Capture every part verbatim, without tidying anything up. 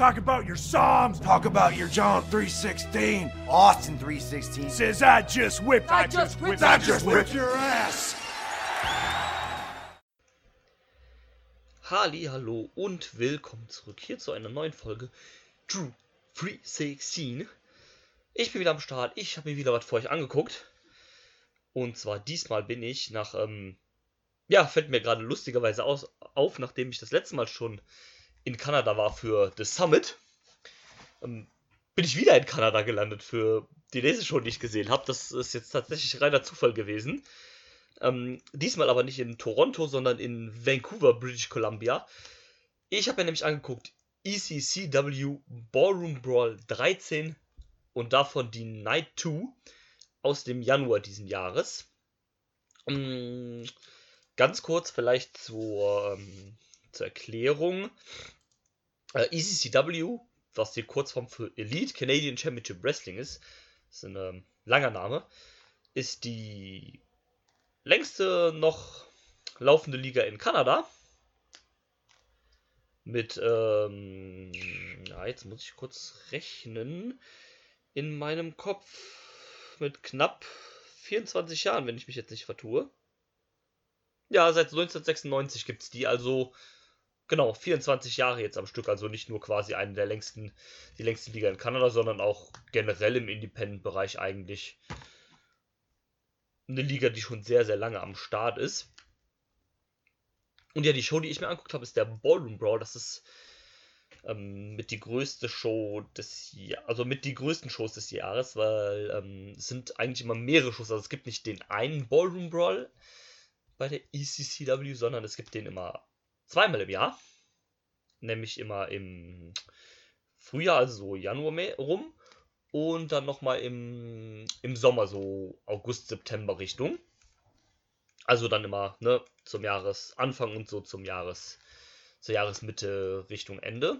Talk about your Psalms. Talk about your John three sixteen, Austin three sixteen. Says I just whipped. I just whipped. I just whipped your ass. Halli, hallo und willkommen zurück hier zu einer neuen Folge Drew drei sechzehn. Ich bin wieder am Start, ich habe mir wieder was für euch angeguckt. Und zwar diesmal bin ich nach, ähm, ja, fällt mir gerade lustigerweise aus, auf, nachdem ich das letzte Mal schon in Kanada war für The Summit, ähm, bin ich wieder in Kanada gelandet für die Leseshow, die ich gesehen habe. Das ist jetzt tatsächlich reiner Zufall gewesen. Ähm, diesmal aber nicht in Toronto, sondern in Vancouver, British Columbia. Ich habe mir nämlich angeguckt E C C W Ballroom Brawl dreizehn und davon die Night zwei aus dem Januar diesen Jahres. Ähm, ganz kurz vielleicht zur, ähm, zur Erklärung. Äh, E C C W, was die Kurzform für Elite Canadian Championship Wrestling ist, ist ein ähm, langer Name, ist die längste noch laufende Liga in Kanada. Mit, ähm, ja, jetzt muss ich kurz rechnen. In meinem Kopf mit knapp vierundzwanzig Jahren, wenn ich mich jetzt nicht vertue. Ja, seit neunzehnhundertsechsundneunzig gibt es die, also genau, vierundzwanzig Jahre jetzt am Stück, also nicht nur quasi eine der längsten, die längste Liga in Kanada, sondern auch generell im Independent-Bereich eigentlich eine Liga, die schon sehr, sehr lange am Start ist. Und ja, die Show, die ich mir angeguckt habe, ist der Ballroom Brawl. Das ist ähm, mit die größte Show des Jahres, also mit die größten Shows des Jahres, weil ähm, es sind eigentlich immer mehrere Shows. Also es gibt nicht den einen Ballroom Brawl bei der E C C W, sondern es gibt den immer zweimal im Jahr. Nämlich immer im Frühjahr, also so Januar rum. Und dann nochmal im, im Sommer, so August, September Richtung. Also dann immer, ne, zum Jahresanfang und so zum Jahres, zur Jahresmitte Richtung Ende.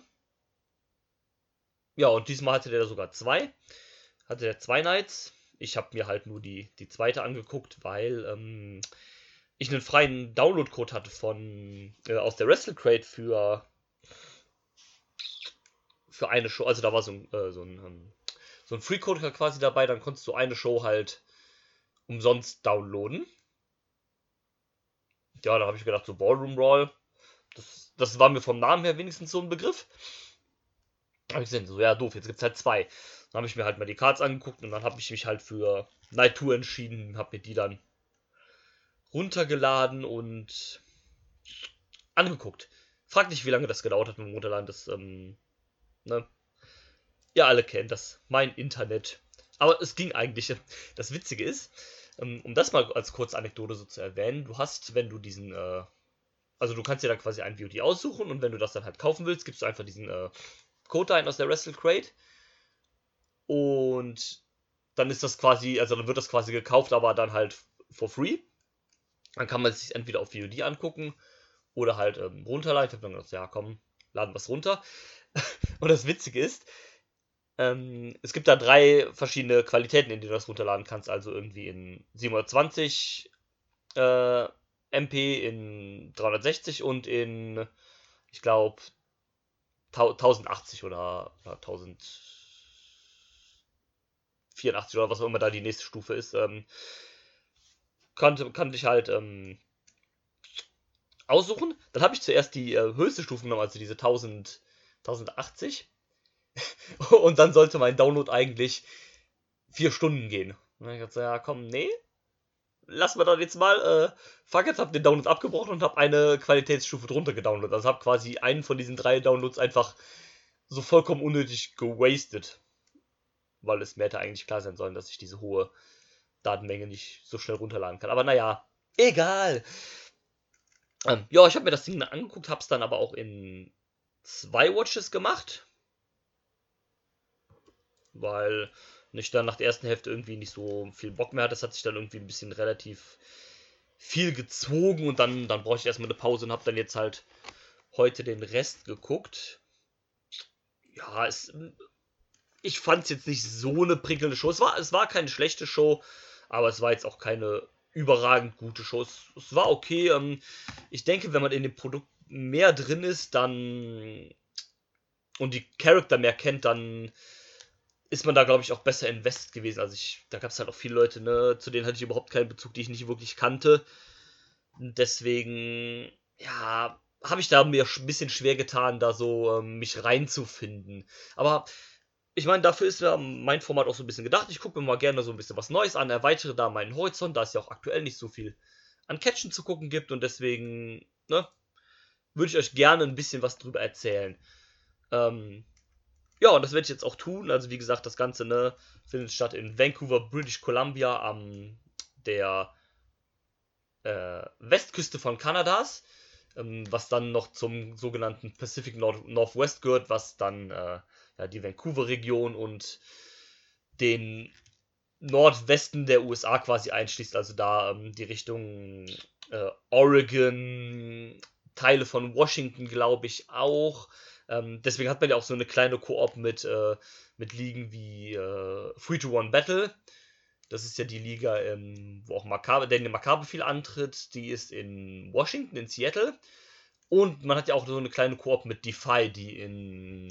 Ja, und diesmal hatte der da sogar zwei. Hatte der zwei Nights. Ich habe mir halt nur die, die zweite angeguckt, weil ähm, ich einen freien Download-Code hatte von äh, aus der WrestleCrate für für eine Show. Also da war so ein, äh, so ein ähm, so ein Free-Code quasi dabei, dann konntest du eine Show halt umsonst downloaden. Ja, da habe ich gedacht, so Ballroom Brawl, das, das war mir vom Namen her wenigstens so ein Begriff. Da habe ich gesehen, so ja doof, jetzt gibt es halt zwei. Dann habe ich mir halt mal die Cards angeguckt und dann habe ich mich halt für Night zwei entschieden, habe mir die dann runtergeladen und angeguckt. Frag nicht, wie lange das gedauert hat mit dem Runterladen, das, ähm, ne, ihr alle kennt das, mein Internet. Aber es ging eigentlich. Das Witzige ist, um das mal als kurze Anekdote so zu erwähnen, du hast, wenn du diesen, äh, also du kannst dir dann quasi ein V O D aussuchen und wenn du das dann halt kaufen willst, gibst du einfach diesen äh, Code ein aus der WrestleCrate und dann ist das quasi, also dann wird das quasi gekauft, aber dann halt for free. Dann kann man es sich entweder auf V O D angucken oder halt ähm, runterladen. Ich habe dann gedacht, ja komm, laden wir es runter. Und das Witzige ist, Ähm, es gibt da drei verschiedene Qualitäten, in denen du das runterladen kannst. Also irgendwie in siebenhundertzwanzig äh, M P, in dreihundertsechzig und in, ich glaube, tausendachtzig oder, oder tausendvierundachtzig oder was auch immer da die nächste Stufe ist. Ähm, kannte, kannte ich halt ähm, aussuchen. Dann habe ich zuerst die äh, höchste Stufe genommen, also diese tausend, tausendachtzig. Und dann sollte mein Download eigentlich vier Stunden gehen. Und ich dachte, ja komm, nee, lass mal doch jetzt mal, äh, fuck jetzt, hab den Download abgebrochen und hab eine Qualitätsstufe drunter gedownloadet. Also hab quasi einen von diesen drei Downloads einfach so vollkommen unnötig gewastet. Weil es mir hätte eigentlich klar sein sollen, dass ich diese hohe Datenmenge nicht so schnell runterladen kann. Aber naja, egal. Ähm, ja, ich habe mir das Ding dann angeguckt, hab's dann aber auch in zwei Watches gemacht. Weil ich dann nach der ersten Hälfte irgendwie nicht so viel Bock mehr hatte. Das hat sich dann irgendwie ein bisschen relativ viel gezogen und dann, dann brauche ich erstmal eine Pause und habe dann jetzt halt heute den Rest geguckt. Ja, es, ich fand es jetzt nicht so eine prickelnde Show. Es war, es war keine schlechte Show, aber es war jetzt auch keine überragend gute Show. Es, es war okay. Ähm, ich denke, wenn man in dem Produkt mehr drin ist, dann und die Charakter mehr kennt, dann ist man da, glaube ich, auch besser invested gewesen. Also ich, da gab es halt auch viele Leute, ne, zu denen hatte ich überhaupt keinen Bezug, die ich nicht wirklich kannte. Deswegen, ja, habe ich da mir ein bisschen schwer getan, da so ähm, mich reinzufinden. Aber ich meine, dafür ist ja mein Format auch so ein bisschen gedacht. Ich gucke mir mal gerne so ein bisschen was Neues an, erweitere da meinen Horizont, da es ja auch aktuell nicht so viel an Catchen zu gucken gibt und deswegen, ne, würde ich euch gerne ein bisschen was drüber erzählen. Ähm, ja, und das werde ich jetzt auch tun. Also wie gesagt, das Ganze, ne, findet statt in Vancouver, British Columbia, am der äh, Westküste von Kanadas, ähm, was dann noch zum sogenannten Pacific Nord Northwest gehört, was dann äh, ja, die Vancouver-Region und den Nordwesten der U S A quasi einschließt, also da ähm, die Richtung äh, Oregon, Teile von Washington, glaube ich, auch. Ähm, deswegen hat man ja auch so eine kleine Koop mit, äh, mit Ligen wie äh, three to one Battle. Das ist ja die Liga, ähm, wo auch Macabre, Daniel Macabre viel antritt. Die ist in Washington, in Seattle. Und man hat ja auch so eine kleine Koop mit Defy, die in,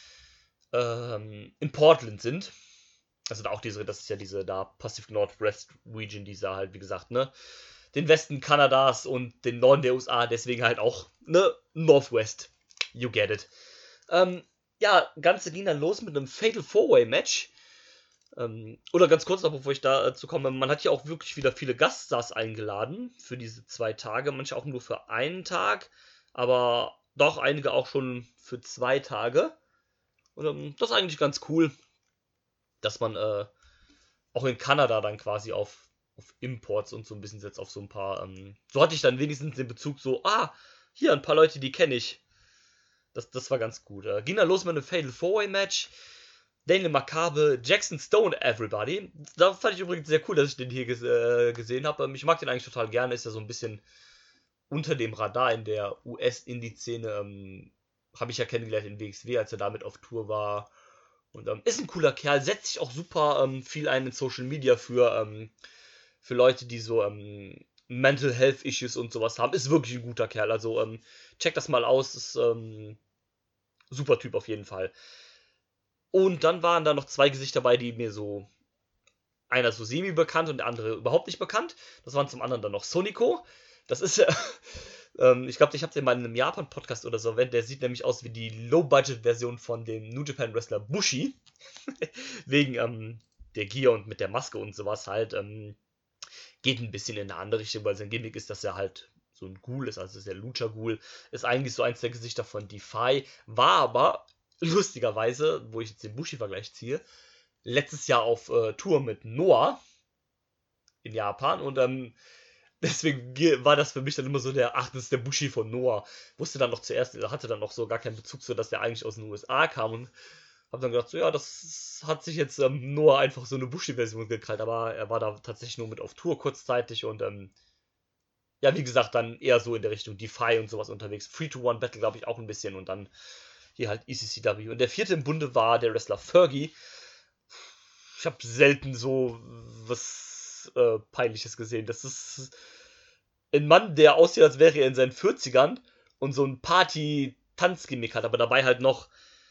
ähm, in Portland sind. Also da auch diese, das ist ja diese da Pacific Northwest Region, dieser halt, wie gesagt, ne, den Westen Kanadas und den Norden der U S A, deswegen halt auch, ne, Northwest. You get it. Ähm, ja, Ganze ging dann los mit einem Fatal Four-Way Match. Ähm, oder ganz kurz noch, bevor ich dazu komme, man hat ja auch wirklich wieder viele Gaststars eingeladen für diese zwei Tage, manche auch nur für einen Tag, aber doch einige auch schon für zwei Tage. Und ähm, das ist eigentlich ganz cool, dass man äh, auch in Kanada dann quasi auf, auf Imports und so ein bisschen setzt, auf so ein paar, ähm, so hatte ich dann wenigstens den Bezug so, ah, hier ein paar Leute, die kenne ich. Das, das war ganz gut. Äh, ging dann los mit einem Fatal Four-Way Match. Daniel Macabre, Jackson Stone, Everybody. Da fand ich übrigens sehr cool, dass ich den hier ges äh, gesehen habe. Ich mag den eigentlich total gerne. Ist ja so ein bisschen unter dem Radar in der U S-Indie-Szene. Ähm, habe ich ja kennengelernt in W X W, als er damit auf Tour war. Und ähm, ist ein cooler Kerl. Setzt sich auch super ähm, viel ein in Social Media für, ähm, für Leute, die so ähm, Mental Health Issues und sowas haben. Ist wirklich ein guter Kerl. Also ähm, checkt das mal aus. Ist ähm, super Typ auf jeden Fall. Und dann waren da noch zwei Gesichter dabei, die mir so, einer so semi-bekannt und der andere überhaupt nicht bekannt. Das waren zum anderen dann noch Sonico. Das ist ja, ähm, ich glaube, ich habe den mal in einem Japan-Podcast oder so erwähnt. Der sieht nämlich aus wie die Low-Budget-Version von dem New Japan-Wrestler Bushi. Wegen ähm, der Gear und mit der Maske und sowas halt. Ähm, geht ein bisschen in eine andere Richtung, weil sein Gimmick ist, dass er halt so ein Ghoul ist, also ist der Lucha-Ghoul. Ist eigentlich so eins der Gesichter von Defy. War aber lustigerweise, wo ich jetzt den Bushi-Vergleich ziehe, letztes Jahr auf äh, Tour mit Noah in Japan und ähm, deswegen war das für mich dann immer so der, ach, das ist der Bushi von Noah. Wusste dann noch zuerst, hatte dann noch so gar keinen Bezug zu, dass der eigentlich aus den U S A kam und hab dann gedacht, so ja, das hat sich jetzt ähm, Noah einfach so eine Bushi-Version gekrallt, aber er war da tatsächlich nur mit auf Tour kurzzeitig und ähm, ja, wie gesagt, dann eher so in der Richtung Defy und sowas unterwegs. three to one Battle, glaube ich, auch ein bisschen und dann hier halt E C C W. Und der vierte im Bunde war der Wrestler Fergie. Ich habe selten so was äh, Peinliches gesehen. Das ist ein Mann, der aussieht, als wäre er in seinen vierzigern und so ein Party-Tanzgimmick hat, aber dabei halt noch,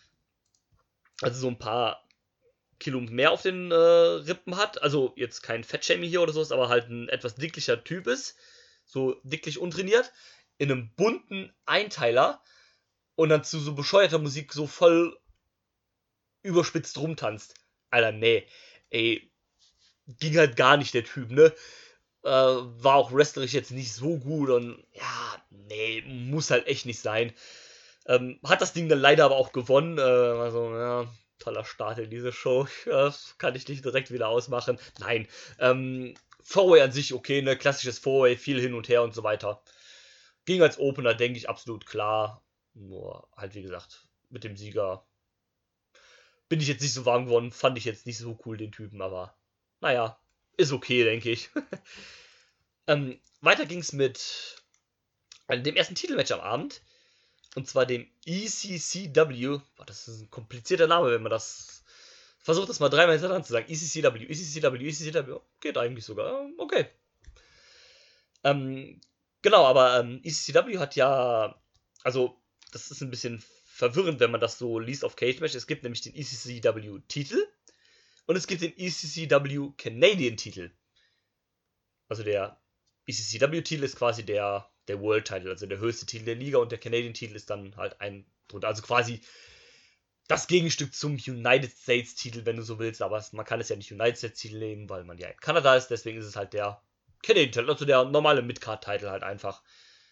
also so ein paar Kilo mehr auf den äh, Rippen hat. Also jetzt kein Fettshaming hier oder so, aber halt ein etwas dicklicher Typ ist. So dicklich untrainiert. In einem bunten Einteiler. Und dann zu so bescheuerter Musik so voll überspitzt rumtanzt. Alter, nee. Ey, ging halt gar nicht, der Typ, ne? Äh, war auch wrestlerisch jetzt nicht so gut und ja, nee, muss halt echt nicht sein. Ähm, hat das Ding dann leider aber auch gewonnen. Äh, also, ja, toller Start in diese Show. Das kann ich nicht direkt wieder ausmachen. Nein. Ähm, Four-Way an sich okay, ne? Klassisches Four-Way, viel hin und her und so weiter. Ging als Opener, denke ich, absolut klar. Nur halt, wie gesagt, mit dem Sieger bin ich jetzt nicht so warm geworden. Fand ich jetzt nicht so cool, den Typen, aber naja, ist okay, denke ich. ähm, weiter ging es mit also dem ersten Titelmatch am Abend. Und zwar dem E C C W. Boah, das ist ein komplizierter Name, wenn man das versucht, das mal dreimal hintereinander zu sagen. E C C W, E C C W, E C C W. Geht eigentlich sogar. Okay. Ähm, genau, aber ähm, E C C W hat ja, also das ist ein bisschen verwirrend, wenn man das so liest auf Cage Match. Es gibt nämlich den E C C W-Titel und es gibt den E C C W Canadian-Titel. Also der E C C W-Titel ist quasi der, der World-Titel, also der höchste Titel der Liga, und der Canadian-Titel ist dann halt ein drunter. Also quasi das Gegenstück zum United States-Titel, wenn du so willst, aber man kann es ja nicht United States-Titel nehmen, weil man ja in Kanada ist, deswegen ist es halt der Canadian-Titel, also der normale Mid-Card-Titel halt einfach.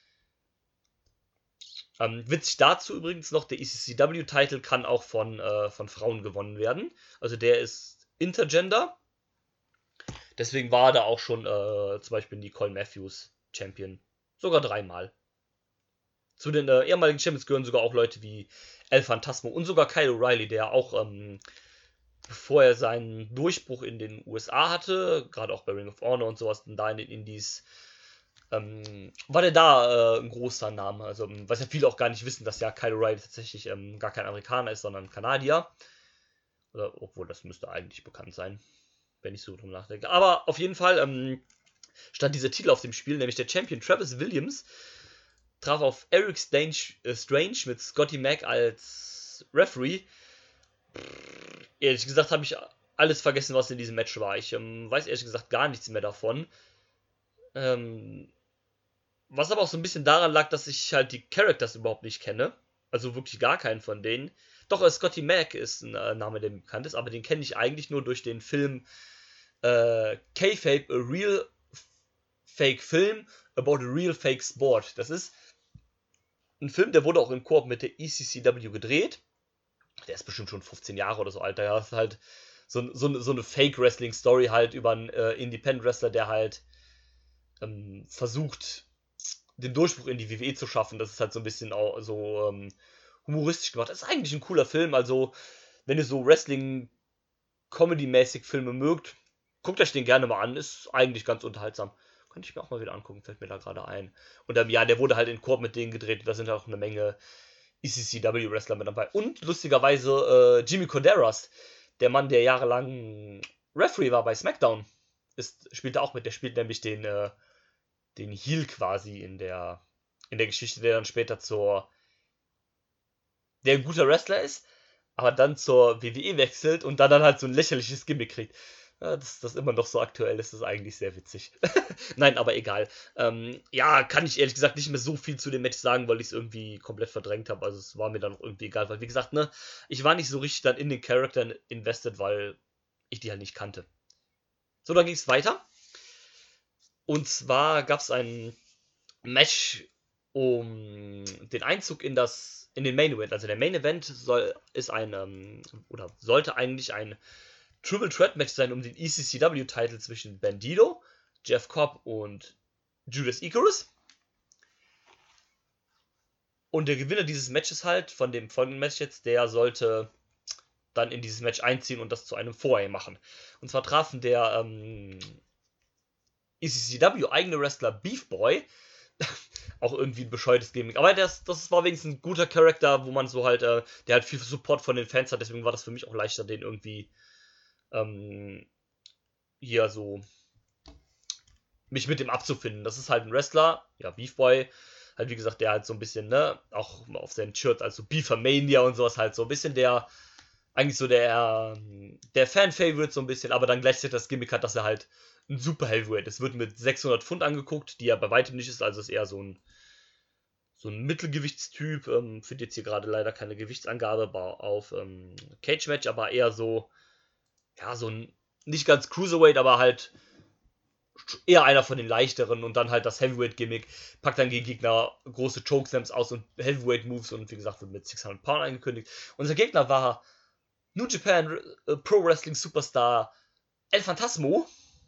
Ähm, witzig dazu übrigens noch, der E C C W-Titel kann auch von, äh, von Frauen gewonnen werden. Also der ist Intergender. Deswegen war da auch schon äh, zum Beispiel Nicole Matthews Champion. Sogar dreimal. Zu den äh, ehemaligen Champions gehören sogar auch Leute wie El Phantasmo und sogar Kyle O'Reilly, der auch, ähm, bevor er seinen Durchbruch in den U S A hatte, gerade auch bei Ring of Honor und sowas, und da in den Indies, ähm, war der da äh, ein großer Name. Also, was ja viele auch gar nicht wissen, dass ja Kyle O'Reilly tatsächlich ähm, gar kein Amerikaner ist, sondern Kanadier. Oder, obwohl, das müsste eigentlich bekannt sein, wenn ich so drum nachdenke. Aber auf jeden Fall ähm, stand dieser Titel auf dem Spiel, nämlich der Champion Travis Williams traf auf Eric Strange, äh, Strange mit Scotty Mack als Referee. Ehrlich gesagt habe ich alles vergessen, was in diesem Match war. Ich ähm, weiß ehrlich gesagt gar nichts mehr davon. Ähm, was aber auch so ein bisschen daran lag, dass ich halt die Characters überhaupt nicht kenne. Also wirklich gar keinen von denen. Doch, äh, Scotty Mack ist ein äh, Name, der mir bekannt ist, aber den kenne ich eigentlich nur durch den Film äh, K-Fape, a real fake film about a real fake sport. Das ist ein Film, der wurde auch in Koop mit der E C C W gedreht. Der ist bestimmt schon fünfzehn Jahre oder so alt. Der ist halt so, so, so eine Fake-Wrestling-Story halt über einen äh, Independent-Wrestler, der halt ähm, versucht, den Durchbruch in die W W E zu schaffen. Das ist halt so ein bisschen auch so ähm, humoristisch gemacht. Das ist eigentlich ein cooler Film. Also, wenn ihr so Wrestling-Comedy-mäßig Filme mögt, guckt euch den gerne mal an. Ist eigentlich ganz unterhaltsam. Könnte ich mir auch mal wieder angucken, fällt mir da gerade ein. Und ähm, ja, der wurde halt in Koop mit denen gedreht. Da sind halt auch eine Menge E C C W-Wrestler mit dabei. Und lustigerweise äh, Jimmy Corderas, der Mann, der jahrelang Referee war bei SmackDown, ist, spielt da auch mit. Der spielt nämlich den, äh, den Heel quasi in der, in der Geschichte, der dann später zur, der ein guter Wrestler ist, aber dann zur W W E wechselt und dann, dann halt so ein lächerliches Gimmick kriegt. Ja, dass das immer noch so aktuell ist, ist eigentlich sehr witzig. Nein, aber egal. Ähm, ja, kann ich ehrlich gesagt nicht mehr so viel zu dem Match sagen, weil ich es irgendwie komplett verdrängt habe. Also es war mir dann auch irgendwie egal, weil wie gesagt, ne, ich war nicht so richtig dann in den Charakteren invested, weil ich die halt nicht kannte. So, dann ging es weiter. Und zwar gab es ein Match um den Einzug in das in den Main Event. Also der Main Event soll ist ein ähm, oder sollte eigentlich ein Triple Threat Match sein um den E C C W-Titel zwischen Bandido, Jeff Cobb und Judas Icarus. Und der Gewinner dieses Matches halt, von dem folgenden Match jetzt, der sollte dann in dieses Match einziehen und das zu einem Four-Way machen. Und zwar trafen der ähm, E C C W-eigene Wrestler Beef Boy, auch irgendwie ein bescheuertes Gimmick, aber das, das war wenigstens ein guter Charakter, wo man so halt, äh, der halt viel Support von den Fans hat, deswegen war das für mich auch leichter, den irgendwie Ähm, hier so mich mit dem abzufinden. Das ist halt ein Wrestler, ja, Beef Boy, halt wie gesagt, der halt so ein bisschen, ne, auch auf seinen Shirt, also Beefermania und sowas halt so ein bisschen der, eigentlich so der, der Fan-Favorite so ein bisschen, aber dann gleichzeitig das Gimmick hat, dass er halt ein Super Heavyweight ist. Es wird mit sechshundert Pfund angeguckt, die er bei weitem nicht ist, also ist eher so ein so ein Mittelgewichtstyp, ähm, finde jetzt hier gerade leider keine Gewichtsangabe auf ähm, Cage Match, aber eher so ja, so ein, nicht ganz Cruiserweight, aber halt eher einer von den leichteren und dann halt das Heavyweight-Gimmick, packt dann gegen Gegner große Chokeslams aus und Heavyweight-Moves und wie gesagt, wird mit sechshundert Pound angekündigt. Unser Gegner war New Japan äh, Pro Wrestling Superstar El Phantasmo.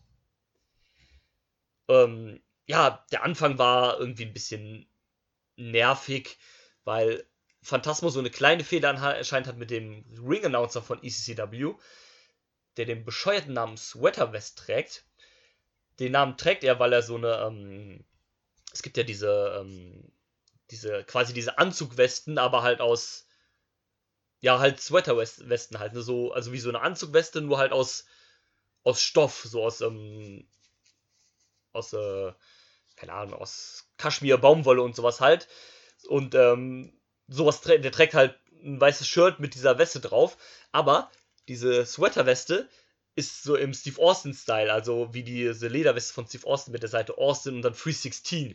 Ähm, ja, der Anfang war irgendwie ein bisschen nervig, weil Phantasmo so eine kleine Fehler anscheinend hat mit dem Ring-Announcer von E C C W, der den bescheuerten Namen Sweater Vest trägt. Den Namen trägt er, weil er so eine, ähm, es gibt ja diese, ähm, diese, quasi diese Anzugwesten, aber halt aus, ja, halt Sweater-Westen halt, ne, so, also wie so eine Anzugweste, nur halt aus, aus Stoff, so aus, ähm, aus, äh, keine Ahnung, aus Kaschmir, Baumwolle und sowas halt. Und, ähm, sowas, trä der trägt halt ein weißes Shirt mit dieser Weste drauf, aber diese Sweaterweste ist so im Steve Austin-Style, also wie diese Lederweste von Steve Austin mit der Seite Austin und dann drei sechzehn.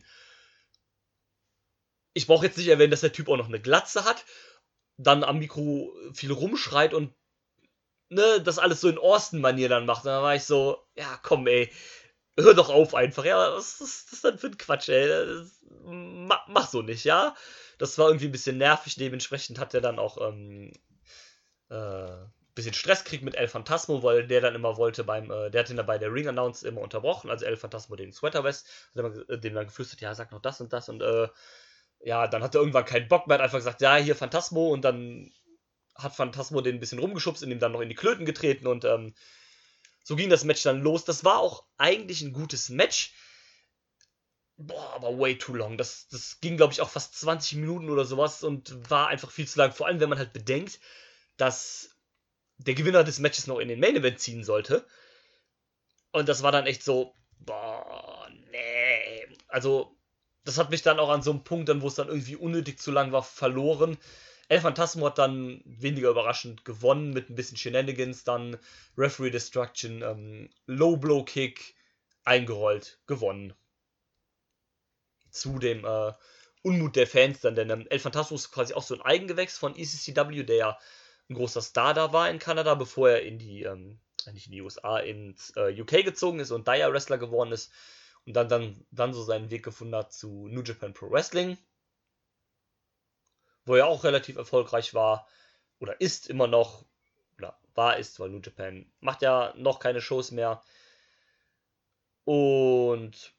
Ich brauche jetzt nicht erwähnen, dass der Typ auch noch eine Glatze hat, dann am Mikro viel rumschreit und ne, das alles so in Austin-Manier dann macht. Und dann war ich so, ja komm ey, hör doch auf einfach, ja, was ist das denn für ein Quatsch, ey, das, mach, mach so nicht, ja. Das war irgendwie ein bisschen nervig, dementsprechend hat er dann auch ähm, äh, bisschen Stress kriegt mit El Phantasmo, weil der dann immer wollte beim, äh, der hat ihn dabei der Ring Announce immer unterbrochen, also El Phantasmo den Sweater West, hat immer, äh, dem dann geflüstert, ja, sag noch das und das und äh, ja, dann hat er irgendwann keinen Bock mehr, hat einfach gesagt, ja, hier Phantasmo und dann hat Phantasmo den ein bisschen rumgeschubst und ihm dann noch in die Klöten getreten und ähm, so ging das Match dann los. Das war auch eigentlich ein gutes Match. Boah, aber way too long. Das, das ging, glaube ich, auch fast zwanzig Minuten oder sowas und war einfach viel zu lang. Vor allem, wenn man halt bedenkt, dass der Gewinner des Matches noch in den Main Event ziehen sollte. Und das war dann echt so, boah, nee. Also, das hat mich dann auch an so einem Punkt, dann, wo es dann irgendwie unnötig zu lang war, verloren. El Phantasmo hat dann weniger überraschend gewonnen mit ein bisschen Shenanigans, dann Referee Destruction, ähm, Low Blow Kick eingerollt, gewonnen. Zu dem äh, Unmut der Fans dann, denn ähm, El Phantasmo ist quasi auch so ein Eigengewächs von E C C W, der ja ein großer Star da war in Kanada, bevor er in die, ähm, nicht in die U S A, ins äh, U K gezogen ist und Dire Wrestler geworden ist und dann, dann, dann so seinen Weg gefunden hat zu New Japan Pro Wrestling, wo er auch relativ erfolgreich war oder ist immer noch, oder war ist, weil New Japan macht ja noch keine Shows mehr. Und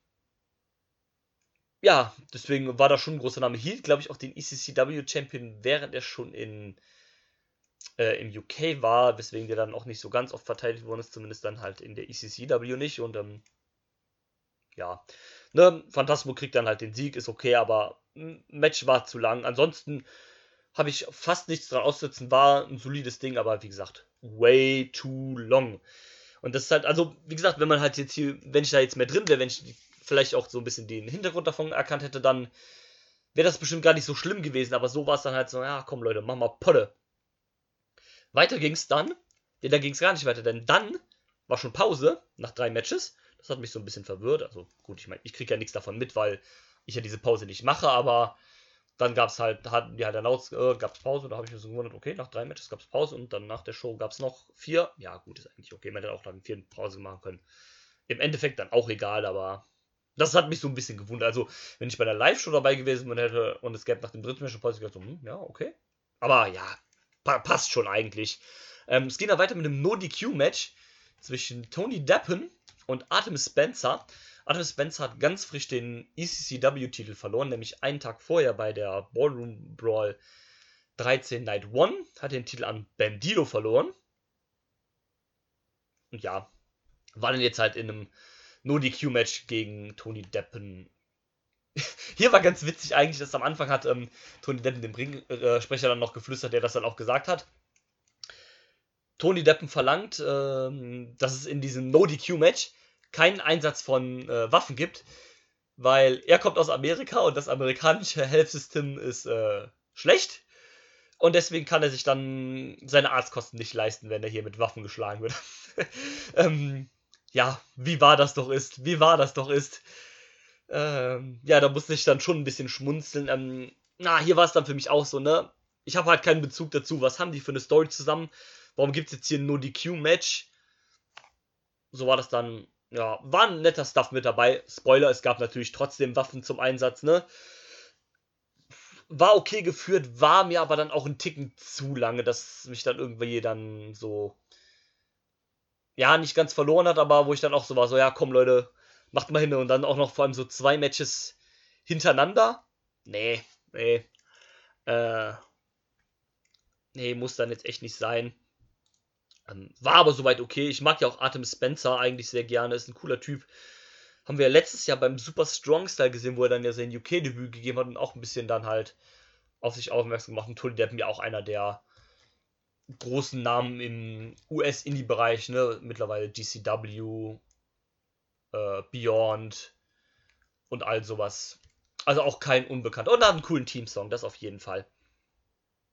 ja, deswegen war da schon ein großer Name. Hielt, glaube ich, auch den E C C W-Champion, während er schon in, äh, im U K war, weswegen der dann auch nicht so ganz oft verteidigt worden ist, zumindest dann halt in der E C C W nicht. Und ähm, ja, ne, Phantasmo kriegt dann halt den Sieg, ist okay, aber ein Match war zu lang. Ansonsten habe ich fast nichts dran auszusetzen, war ein solides Ding, aber wie gesagt, way too long. Und das ist halt, also, wie gesagt, wenn man halt jetzt hier, wenn ich da jetzt mehr drin wäre, wenn ich vielleicht auch so ein bisschen den Hintergrund davon erkannt hätte, dann wäre das bestimmt gar nicht so schlimm gewesen, aber so war es dann halt so, ja, komm Leute, mach mal Potte. Weiter ging es dann, denn da ging es gar nicht weiter, denn dann war schon Pause nach drei Matches. Das hat mich so ein bisschen verwirrt, also gut, ich meine, ich kriege ja nichts davon mit, weil ich ja diese Pause nicht mache, aber dann gab es halt, hatten die halt announced, äh, gab es Pause, da habe ich mir so gewundert, okay, nach drei Matches gab es Pause und dann nach der Show gab es noch vier. Ja, gut, ist eigentlich okay, man hätte auch dann vier Pause machen können. Im Endeffekt dann auch egal, aber das hat mich so ein bisschen gewundert. Also, wenn ich bei der Live-Show dabei gewesen bin hätte und es gäbe nach dem dritten Match eine Pause, gedacht so, hm, ja, okay. Aber ja, pa passt schon eigentlich. Ähm, es ging dann weiter mit einem No-D Q-Match zwischen Tony Deppen und Artemis Spencer. Artemis Spencer hat ganz frisch den E C C W-Titel verloren, nämlich einen Tag vorher bei der Ballroom Brawl dreizehn Night One, hat den Titel an Bandido verloren. Und ja, war dann jetzt halt in einem No-D Q-Match gegen Tony Deppen. Hier war ganz witzig eigentlich, dass am Anfang hat ähm, Tony Deppen dem Ringsprecher äh, dann noch geflüstert, der das dann auch gesagt hat. Tony Deppen verlangt, ähm, dass es in diesem No-D Q-Match keinen Einsatz von äh, Waffen gibt, weil er kommt aus Amerika und das amerikanische Health System ist äh, schlecht und deswegen kann er sich dann seine Arztkosten nicht leisten, wenn er hier mit Waffen geschlagen wird. ähm, ja, wie wahr das doch ist, wie wahr das doch ist. Ähm, ja, da musste ich dann schon ein bisschen schmunzeln. Ähm, na, hier war es dann für mich auch so, ne? Ich habe halt keinen Bezug dazu. Was haben die für eine Story zusammen? Warum gibt es jetzt hier nur die Q-Match? So war das dann. Ja, war ein netter Stuff mit dabei. Spoiler, es gab natürlich trotzdem Waffen zum Einsatz, ne? War okay geführt, war mir aber dann auch ein Ticken zu lange, dass mich dann irgendwie dann so, ja, nicht ganz verloren hat, aber wo ich dann auch so war, so, ja, komm Leute, macht mal hin und dann auch noch vor allem so zwei Matches hintereinander. Nee, nee. Äh, nee, muss dann jetzt echt nicht sein. Ähm, war aber soweit okay. Ich mag ja auch Artemis Spencer eigentlich sehr gerne, ist ein cooler Typ. Haben wir ja letztes Jahr beim Super Strong Style gesehen, wo er dann ja sein U K-Debüt gegeben hat und auch ein bisschen dann halt auf sich aufmerksam gemacht. Und Tony Deppen ja auch einer der großen Namen im U S-Indie-Bereich, ne? Mittlerweile G C W, äh, Beyond und all sowas. Also auch kein Unbekannter. Und er hat einen coolen Teamsong, das auf jeden Fall.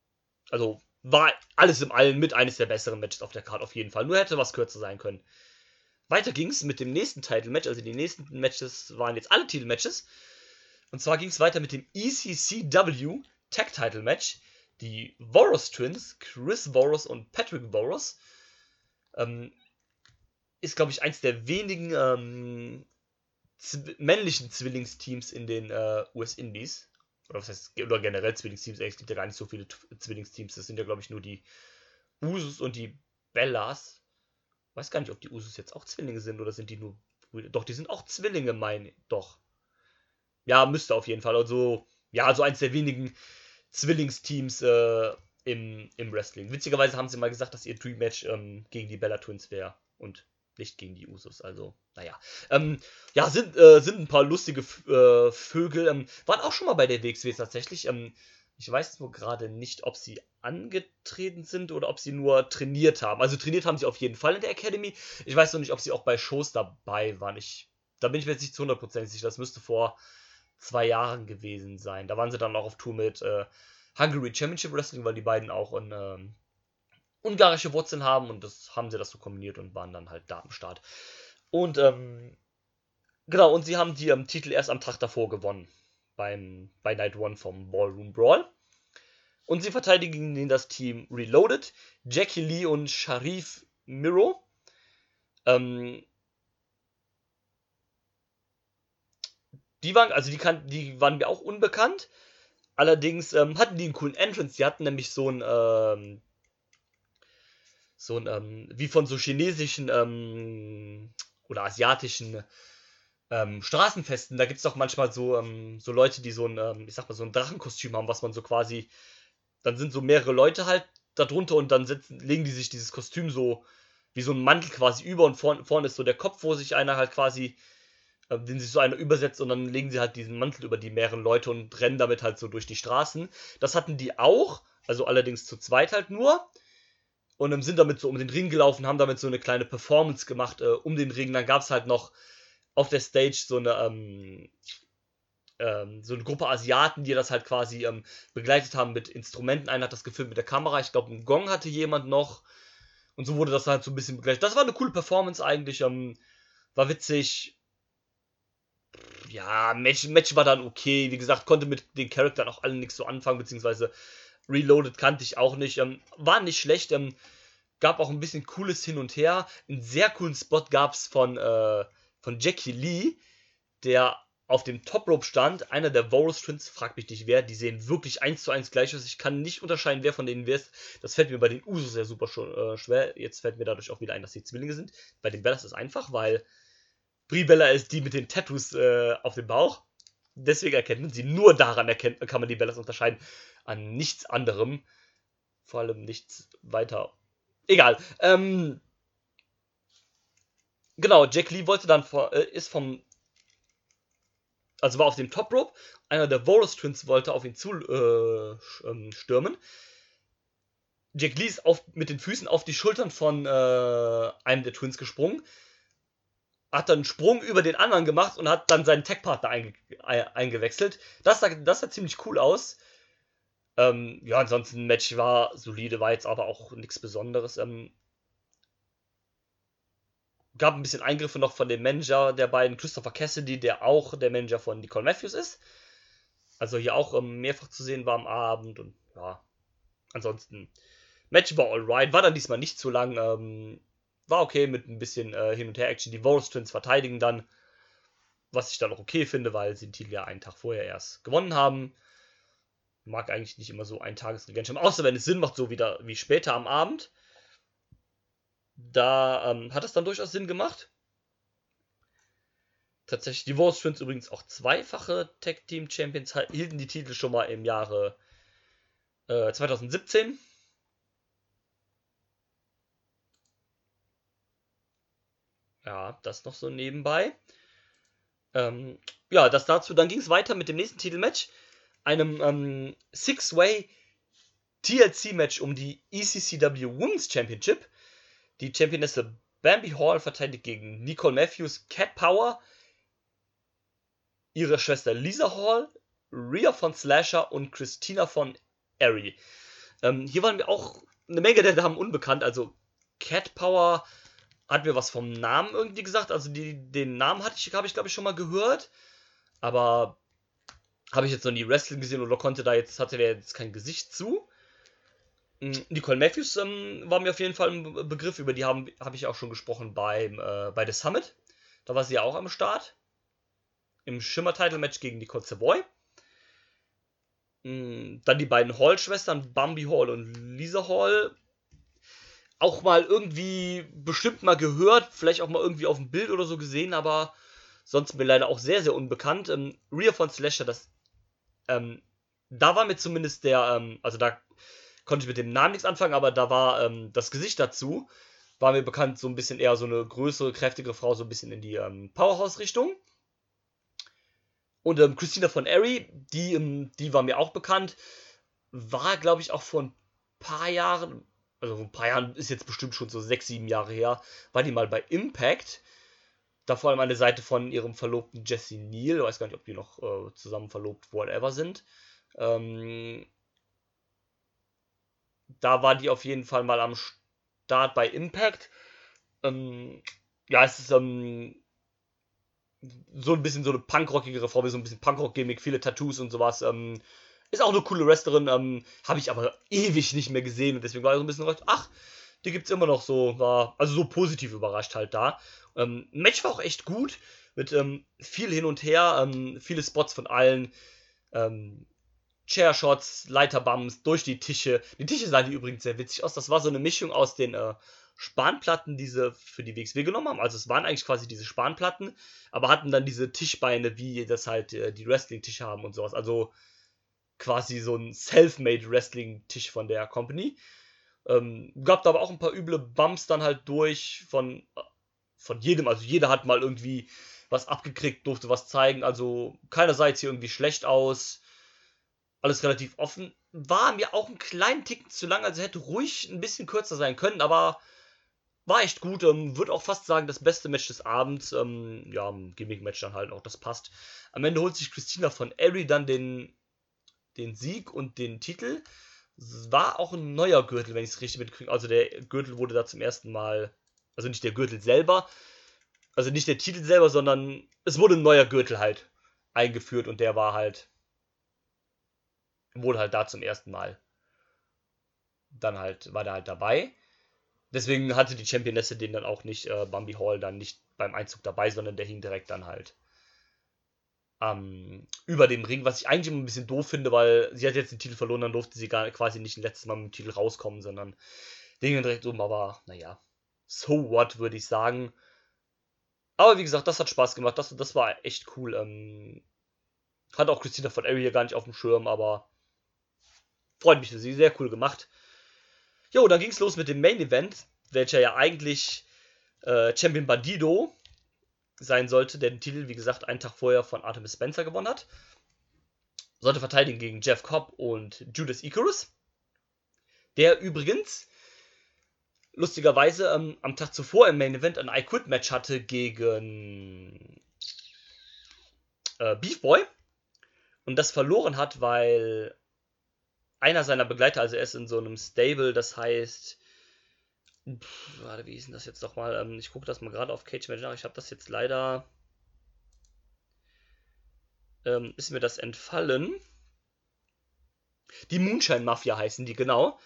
Also war alles im Allen mit eines der besseren Matches auf der Card auf jeden Fall. Nur hätte was kürzer sein können. Weiter ging es mit dem nächsten Title-Match. Also die nächsten Matches waren jetzt alle Titel-Matches. Und zwar ging es weiter mit dem E C C W Tag Title Match. Die Voros Twins, Chris Voros und Patrick Voros, ähm, ist, glaube ich, eins der wenigen ähm, z- männlichen Zwillingsteams in den äh, U S Indies. Oder was heißt, oder generell Zwillingsteams. Es gibt ja gar nicht so viele T- Zwillingsteams. Das sind ja, glaube ich, nur die Usos und die Bellas. Weiß gar nicht, ob die Usos jetzt auch Zwillinge sind oder sind die nur Brüder. Doch, die sind auch Zwillinge, meine ich. Doch. Ja, müsste auf jeden Fall. Also, ja, so eins der wenigen Zwillingsteams äh, im, im Wrestling. Witzigerweise haben sie mal gesagt, dass ihr Dream Match ähm, gegen die Bella Twins wäre und nicht gegen die Usos. Also, naja. Ähm, ja, sind, äh, sind ein paar lustige äh, Vögel. Ähm, waren auch schon mal bei der W X W tatsächlich. Ähm, ich weiß nur gerade nicht, ob sie angetreten sind oder ob sie nur trainiert haben. Also trainiert haben sie auf jeden Fall in der Academy. Ich weiß noch nicht, ob sie auch bei Shows dabei waren. Ich, da bin ich mir jetzt nicht zu hundert Prozent sicher. Das müsste vor zwei Jahren gewesen sein. Da waren sie dann auch auf Tour mit äh, Hungary Championship Wrestling, weil die beiden auch in, ähm, ungarische Wurzeln haben und das haben sie das so kombiniert und waren dann halt da am Start. Und ähm, genau, und sie haben die ähm, Titel erst am Tag davor gewonnen. Beim, bei Night One vom Ballroom Brawl. Und sie verteidigen gegen das Team Reloaded, Jackie Lee und Sharif Miro. Ähm, die waren, also die, kan- die waren mir auch unbekannt. Allerdings ähm, hatten die einen coolen Entrance. Die hatten nämlich so ein, ähm, so ein, ähm, wie von so chinesischen ähm, oder asiatischen ähm, Straßenfesten. Da gibt es doch manchmal so, ähm, so Leute, die so ein, ähm, ich sag mal, so ein Drachenkostüm haben, was man so quasi, dann sind so mehrere Leute halt da drunter und dann sitzen, legen die sich dieses Kostüm so wie so ein Mantel quasi über und vorne vorn ist so der Kopf, wo sich einer halt quasi äh, den sich so einer übersetzt und dann legen sie halt diesen Mantel über die mehreren Leute und rennen damit halt so durch die Straßen. Das hatten die auch, also allerdings zu zweit halt nur. Und ähm, sind damit so um den Ring gelaufen, haben damit so eine kleine Performance gemacht äh, um den Ring. Dann gab es halt noch auf der Stage so eine, ähm, ähm, so eine Gruppe Asiaten, die das halt quasi ähm, begleitet haben mit Instrumenten. Einer hat das gefilmt mit der Kamera. Ich glaube, einen Gong hatte jemand noch. Und so wurde das halt so ein bisschen begleitet. Das war eine coole Performance eigentlich. Ähm, war witzig. Ja, Match, Match war dann okay. Wie gesagt, konnte mit den Charakteren auch alle nichts so anfangen, beziehungsweise Reloaded kannte ich auch nicht. Ähm, war nicht schlecht. Ähm, gab auch ein bisschen cooles Hin und Her. Einen sehr coolen Spot gab es von, äh, von Jackie Lee, der auf dem Top Rope stand. Einer der Voros Twins, frag mich nicht wer. Die sehen wirklich eins zu eins gleich aus. Ich kann nicht unterscheiden, wer von denen wer ist. Das fällt mir bei den Usos ja super schon, äh, schwer. Jetzt fällt mir dadurch auch wieder ein, dass sie Zwillinge sind. Bei den Bellas ist es einfach, weil Brie Bella ist die mit den Tattoos äh, auf dem Bauch. Deswegen erkennt man sie. Nur daran erkennt, kann man die Bellas unterscheiden. An nichts anderem. Vor allem nichts weiter. Egal. Ähm, genau, Jack Lee wollte dann vor, äh, ist vom, also war auf dem Top Rope. Einer der Voros Twins wollte auf ihn zu äh, stürmen. Jack Lee ist auf, mit den Füßen auf die Schultern von äh, einem der Twins gesprungen. Hat dann einen Sprung über den anderen gemacht und hat dann seinen Tag-Partner einge eingewechselt. Das sah, das sah ziemlich cool aus. Ähm, ja, ansonsten, Match war solide, war jetzt aber auch nichts Besonderes. Ähm, gab ein bisschen Eingriffe noch von dem Manager der beiden, Christopher Cassidy, der auch der Manager von Nicole Matthews ist. Also hier auch ähm, mehrfach zu sehen war am Abend und ja, ansonsten, Match war alright, war dann diesmal nicht zu lang, ähm, war okay mit ein bisschen äh, Hin- und Her-Action. Die Voros Twins verteidigen dann, was ich dann auch okay finde, weil sie den Titel ja einen Tag vorher erst gewonnen haben. Mag eigentlich nicht immer so ein Tages-Revenge haben, außer wenn es Sinn macht, so wieder wie später am Abend. Da ähm, hat es dann durchaus Sinn gemacht. Tatsächlich, die Voros Twins übrigens auch zweifache Tag Team Champions, hielten die Titel schon mal im Jahre äh, zwanzig siebzehn. Ja, das noch so nebenbei. Ähm, ja, das dazu. Dann ging es weiter mit dem nächsten Titelmatch. Einem ähm, Six-Way T L C-Match um die E C C W Women's Championship. Die Championesse Bambi Hall verteidigt gegen Nicole Matthews, Cat Power, ihre Schwester Lisa Hall, Rhea von Slasher und Christina von Airy. Ähm, hier waren mir auch eine Menge der Damen unbekannt. Also Cat Power hat mir was vom Namen irgendwie gesagt. Also die, den Namen hatte ich, habe ich glaube ich schon mal gehört. Aber habe ich jetzt noch nie Wrestling gesehen oder konnte da jetzt, hatte der jetzt kein Gesicht zu. Nicole Matthews ähm, war mir auf jeden Fall ein Begriff, über die habe hab ich auch schon gesprochen beim, äh, bei The Summit. Da war sie ja auch am Start. Im Shimmer-Title-Match gegen Nicole Savoy. Dann die beiden Hall-Schwestern, Bambi Hall und Lisa Hall. Auch mal irgendwie bestimmt mal gehört, vielleicht auch mal irgendwie auf dem Bild oder so gesehen, aber sonst mir leider auch sehr, sehr unbekannt. Ähm, Rhea von Slasher, das, ähm, da war mir zumindest der, ähm, also da konnte ich mit dem Namen nichts anfangen, aber da war ähm, das Gesicht dazu, war mir bekannt, so ein bisschen eher so eine größere, kräftigere Frau, so ein bisschen in die ähm, Powerhouse-Richtung. Und ähm, Christina von Airy, die, ähm, die war mir auch bekannt, war, glaube ich, auch vor ein paar Jahren, also vor ein paar Jahren ist jetzt bestimmt schon so sechs, sieben Jahre her, war die mal bei Impact. Da vor allem an der Seite von ihrem Verlobten Jesse Neal, ich weiß gar nicht, ob die noch äh, zusammen verlobt, whatever sind. Ähm, Da war die auf jeden Fall mal am Start bei Impact. Ähm, ja, es ist ähm, so ein bisschen so eine punkrockigere Frau, wie so ein bisschen Punkrock-Gimmick, viele Tattoos und sowas. Ähm, ist auch eine coole Wrestlerin, ähm, habe ich aber ewig nicht mehr gesehen und deswegen war ich so ein bisschen überrascht, ach, die gibt's immer noch so, war, also so positiv überrascht halt da. Ähm, Match war auch echt gut, mit ähm, viel hin und her, ähm, viele Spots von allen, ähm, Chairshots, Leiterbums durch die Tische. Die Tische sahen die übrigens sehr witzig aus. Das war so eine Mischung aus den äh, Spanplatten, die sie für die W X W genommen haben. Also es waren eigentlich quasi diese Spanplatten, aber hatten dann diese Tischbeine, wie das halt äh, die Wrestling-Tische haben und sowas. Also quasi so ein Self-Made Wrestling-Tisch von der Company. Ähm, gab da aber auch ein paar üble Bumps dann halt durch von, von jedem. Also jeder hat mal irgendwie was abgekriegt, durfte was zeigen. Also keiner sah jetzt hier irgendwie schlecht aus. Alles relativ offen. War mir auch einen kleinen Ticken zu lang, also hätte ruhig ein bisschen kürzer sein können, aber war echt gut. Ähm, Würde auch fast sagen, das beste Match des Abends. Ähm, ja, ein Gimmick-Match dann halt auch, das passt. Am Ende holt sich Christina von Airy dann den, den Sieg und den Titel. Es war auch ein neuer Gürtel, wenn ich es richtig mitkriege. Also der Gürtel wurde da zum ersten Mal, also nicht der Gürtel selber, also nicht der Titel selber, sondern es wurde ein neuer Gürtel halt eingeführt und der war halt wurde halt da zum ersten Mal. Dann halt, war der halt dabei. Deswegen hatte die Championesse den dann auch nicht, äh, Bambi Hall dann nicht beim Einzug dabei, sondern der hing direkt dann halt ähm, über dem Ring, was ich eigentlich immer ein bisschen doof finde, weil sie hat jetzt den Titel verloren, dann durfte sie gar quasi nicht ein letztes Mal mit dem Titel rauskommen, sondern der hing direkt oben, aber naja, so what, würde ich sagen. Aber wie gesagt, das hat Spaß gemacht, das, das war echt cool. Ähm, hat auch Christina von Airy hier gar nicht auf dem Schirm, aber freut mich für sie, sehr cool gemacht. Jo, dann ging es los mit dem Main Event, welcher ja eigentlich äh, Champion Bandido sein sollte, der den Titel, wie gesagt, einen Tag vorher von Artemis Spencer gewonnen hat. Sollte verteidigen gegen Jeff Cobb und Judas Icarus. Der übrigens, lustigerweise, ähm, am Tag zuvor im Main Event ein I Quit Match hatte gegen äh, Beef Boy. Und das verloren hat, weil einer seiner Begleiter, also er ist in so einem Stable, das heißt, pff, warte, wie ist denn das jetzt nochmal? Ähm, ich gucke das mal gerade auf Cage Match nach. Ich habe das jetzt leider, ähm, ist mir das entfallen. Die Moonshine Mafia heißen die, genau.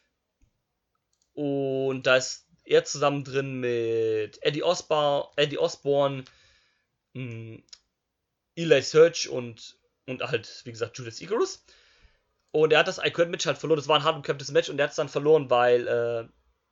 Und da ist er zusammen drin mit Eddie Osborne, Eddie Osborne, mh, Eli Search und, und halt, wie gesagt, Judas Icarus. Und er hat das I Quit Match halt verloren. Das war ein hart umkämpftes Match und er hat es dann verloren, weil äh,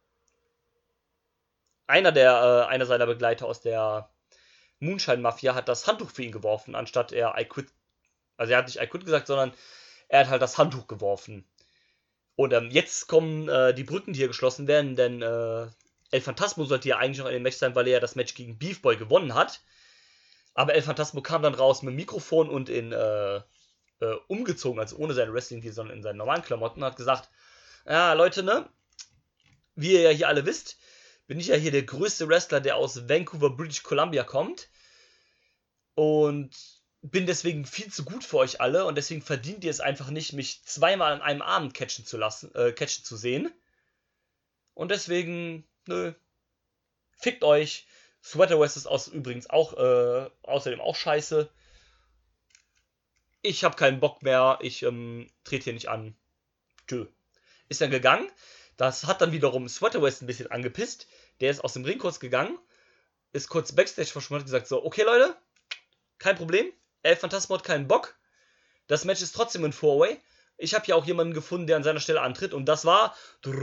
einer der äh, einer seiner Begleiter aus der Moonshine Mafia hat das Handtuch für ihn geworfen, anstatt er I Quit. Also er hat nicht I Quit gesagt, sondern er hat halt das Handtuch geworfen. Und ähm, jetzt kommen äh, die Brücken, die hier geschlossen werden, denn äh, El Phantasmo sollte ja eigentlich noch in dem Match sein, weil er ja das Match gegen Beef Boy gewonnen hat. Aber El Phantasmo kam dann raus mit dem Mikrofon und in äh, äh, umgezogen, also ohne sein Wrestling-Gear, sondern in seinen normalen Klamotten, und hat gesagt, ja, Leute, ne, wie ihr ja hier alle wisst, bin ich ja hier der größte Wrestler, der aus Vancouver, British Columbia kommt. Und bin deswegen viel zu gut für euch alle und deswegen verdient ihr es einfach nicht, mich zweimal an einem Abend catchen zu lassen, äh, catchen zu sehen. Und deswegen, nö, fickt euch. Sweater West ist aus, übrigens auch, äh, außerdem auch scheiße. Ich habe keinen Bock mehr, ich ähm, trete hier nicht an. Tschö. Ist dann gegangen. Das hat dann wiederum Sweater West ein bisschen angepisst. Der ist aus dem Ring kurz gegangen, ist kurz Backstage verschwunden und hat gesagt so, okay Leute, kein Problem. El Phantasmo hat keinen Bock. Das Match ist trotzdem ein Four-Way. Ich habe hier auch jemanden gefunden, der an seiner Stelle antritt. Und das war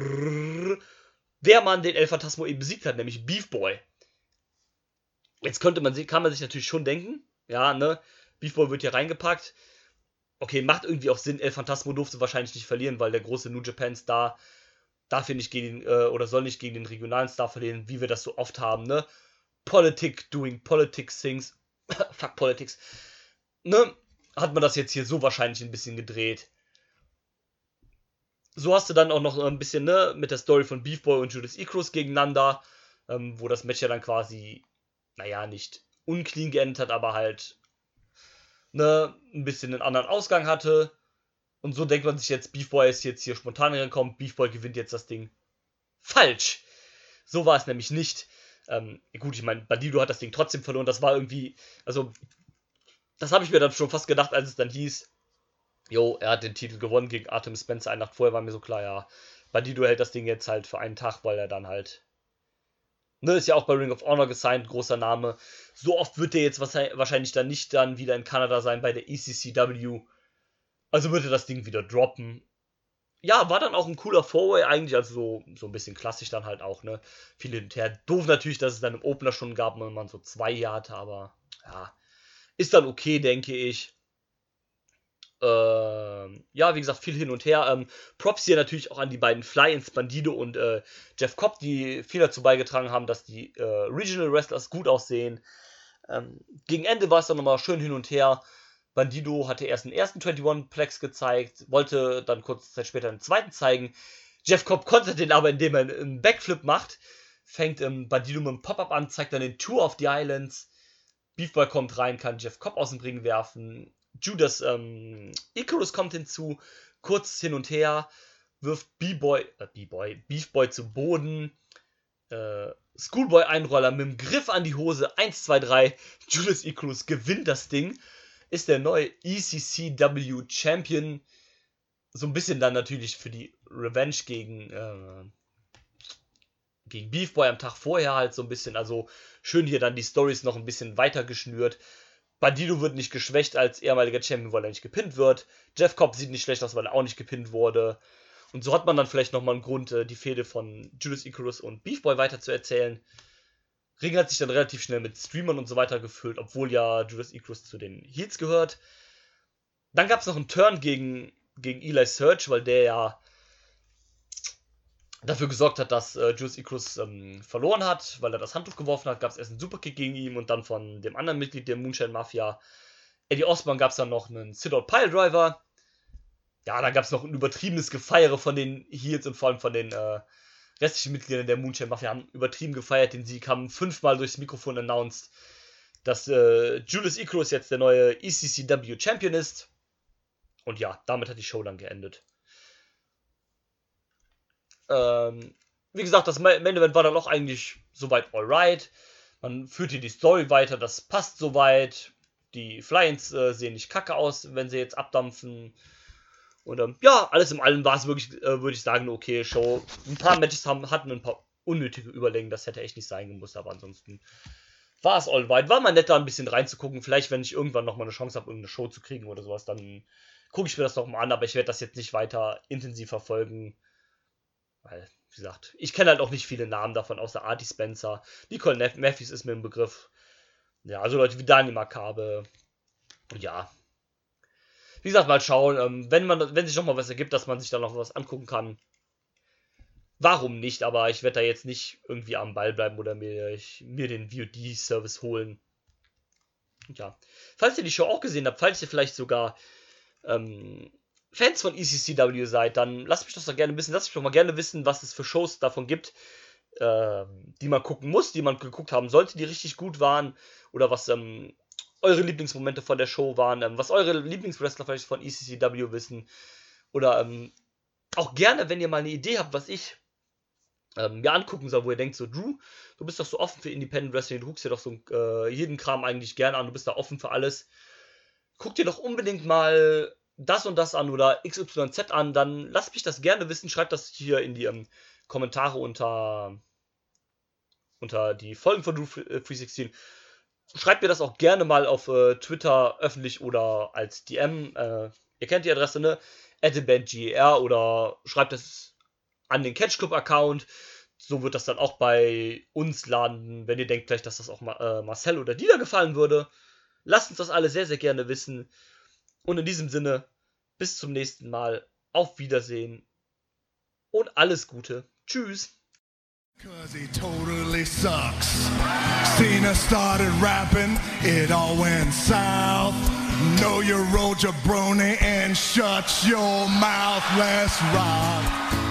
der Mann, den El Phantasmo eben besiegt hat, nämlich Beef Boy. Jetzt könnte man, kann man sich natürlich schon denken, ja, ne, Beef Boy wird hier reingepackt. Okay, macht irgendwie auch Sinn. El Phantasmo durfte wahrscheinlich nicht verlieren, weil der große New Japan Star darf hier nicht gegen den, äh, oder soll nicht gegen den regionalen Star verlieren, wie wir das so oft haben, ne? Politik doing politics things. Fuck Politics. Ne? Hat man das jetzt hier so wahrscheinlich ein bisschen gedreht. So hast du dann auch noch ein bisschen, ne, mit der Story von Beef Boy und Judas Icrus gegeneinander, ähm, wo das Match ja dann quasi, naja, nicht unclean geendet hat, aber halt, ne, ein bisschen einen anderen Ausgang hatte. Und so denkt man sich jetzt, Beef Boy ist jetzt hier spontan reingekommen, Beef Boy gewinnt jetzt das Ding. Falsch! So war es nämlich nicht. Ähm, gut, ich meine, Bandido hat das Ding trotzdem verloren. Das war irgendwie, also, das habe ich mir dann schon fast gedacht, als es dann hieß, jo, er hat den Titel gewonnen gegen Artem Spencer. Eine Nacht vorher war mir so klar, ja, Bandido hält das Ding jetzt halt für einen Tag, weil er dann halt, ne, ist ja auch bei Ring of Honor gesigned, großer Name. So oft wird der jetzt wahrscheinlich dann nicht dann wieder in Kanada sein bei der E C C W. Also würde das Ding wieder droppen. Ja, war dann auch ein cooler Four-Way eigentlich, also so, so ein bisschen klassisch dann halt auch, ne? Viel hin und her. Doof natürlich, dass es dann im Opener schon gab, wenn man so zwei hier hatte, aber ja, ist dann okay, denke ich. Ähm, ja, wie gesagt, viel hin und her. Ähm, Props hier natürlich auch an die beiden Fly-Ins, Bandido und äh, Jeff Cobb, die viel dazu beigetragen haben, dass die äh, Regional Wrestlers gut aussehen. Ähm, gegen Ende war es dann nochmal schön hin und her. Bandido hatte erst den ersten einundzwanzig Plex gezeigt, wollte dann kurze Zeit später den zweiten zeigen. Jeff Cobb konnte den aber, indem er einen Backflip macht. Fängt ähm, Bandido mit einem Pop-Up an, zeigt dann den Tour of the Islands. Beef Boy kommt rein, kann Jeff Cobb aus dem Ring werfen. Judas ähm, Icarus kommt hinzu, kurz hin und her, wirft B-Boy, äh, B-Boy, Beef Boy zu Boden. Äh, Schoolboy Einroller mit dem Griff an die Hose. eins, zwei, drei. Judas Icarus gewinnt das Ding. Ist der neue E C C W Champion. So ein bisschen dann natürlich für die Revenge gegen, äh, gegen Beef Boy am Tag vorher halt so ein bisschen. Also schön hier dann die Storys noch ein bisschen weiter geschnürt. Bandido wird nicht geschwächt als ehemaliger Champion, weil er nicht gepinnt wird. Jeff Cobb sieht nicht schlecht aus, weil er auch nicht gepinnt wurde. Und so hat man dann vielleicht nochmal einen Grund, die Fehde von Judas Icarus und Beef Boy weiter zu erzählen. Ring hat sich dann relativ schnell mit Streamern und so weiter gefüllt, obwohl ja Judas Icarus zu den Heels gehört. Dann gab es noch einen Turn gegen, gegen Eli Search, weil der ja dafür gesorgt hat, dass äh, Judas Icarus ähm, verloren hat, weil er das Handtuch geworfen hat. Gab es erst einen Superkick gegen ihn und dann von dem anderen Mitglied der Moonshine Mafia, Eddie Osborne, gab es dann noch einen Sit-Out Piledriver. Ja, dann gab es noch ein übertriebenes Gefeiere von den Heels und vor allem von den äh, restlichen Mitglieder der Moonshine Mafia haben übertrieben gefeiert. Den Sieg haben fünfmal durchs Mikrofon announced, dass äh, Judas Icarus jetzt der neue E C C W Champion ist. Und ja, damit hat die Show dann geendet. Ähm, wie gesagt, das Main Event war dann auch eigentlich soweit alright. Man führt hier die Story weiter, das passt soweit. Die Fly-Ins äh, sehen nicht kacke aus, wenn sie jetzt abdampfen. Und ähm, ja, alles in allem war es wirklich, äh, würde ich sagen, eine okay Show. Ein paar Matches haben, hatten ein paar unnötige Überlängen, das hätte echt nicht sein gemusst, aber ansonsten war es alright. War mal nett, da ein bisschen reinzugucken. Vielleicht, wenn ich irgendwann nochmal eine Chance habe, irgendeine Show zu kriegen oder sowas, dann gucke ich mir das nochmal an, aber ich werde das jetzt nicht weiter intensiv verfolgen. Weil, wie gesagt, ich kenne halt auch nicht viele Namen davon, außer Artie Spencer. Nicole Matthews ist mir im Begriff. Ja, also Leute wie Daniel Makabe. Ja. Wie gesagt, mal schauen, ähm, wenn man, wenn sich noch mal was ergibt, dass man sich da noch was angucken kann. Warum nicht? Aber ich werde da jetzt nicht irgendwie am Ball bleiben oder mir, ich, mir den V O D-Service holen. Ja. Falls ihr die Show auch gesehen habt, falls ihr vielleicht sogar ähm, Fans von E C C W seid, dann lasst mich das doch gerne wissen. Lasst mich doch mal gerne wissen, was es für Shows davon gibt, ähm, die man gucken muss, die man geguckt haben sollte, die richtig gut waren. Oder was ähm, eure Lieblingsmomente von der Show waren, ähm, was eure Lieblingswrestler vielleicht von E C C W wissen. Oder ähm, auch gerne, wenn ihr mal eine Idee habt, was ich ähm, mir angucken soll, wo ihr denkt, so, Drew, du bist doch so offen für Independent Wrestling, du guckst dir doch so äh, jeden Kram eigentlich gerne an, du bist da offen für alles. Guck dir doch unbedingt mal das und das an oder X Y Z an, dann lasst mich das gerne wissen, schreibt das hier in die ähm, Kommentare unter, unter die Folgen von Drew drei sechzehn. Schreibt mir das auch gerne mal auf äh, Twitter öffentlich oder als D M. Äh, ihr kennt die Adresse, ne? at the band G E R oder schreibt es an den Catch Club Account. So wird das dann auch bei uns landen, wenn ihr denkt vielleicht, dass das auch äh, Marcel oder Dieter gefallen würde. Lasst uns das alle sehr, sehr gerne wissen. Und in diesem Sinne, bis zum nächsten Mal. Auf Wiedersehen. Und alles Gute. Tschüss. Cause he totally sucks. Cena started rapping, it all went south. Know your role, jabroni, and shut your mouth, let's rock.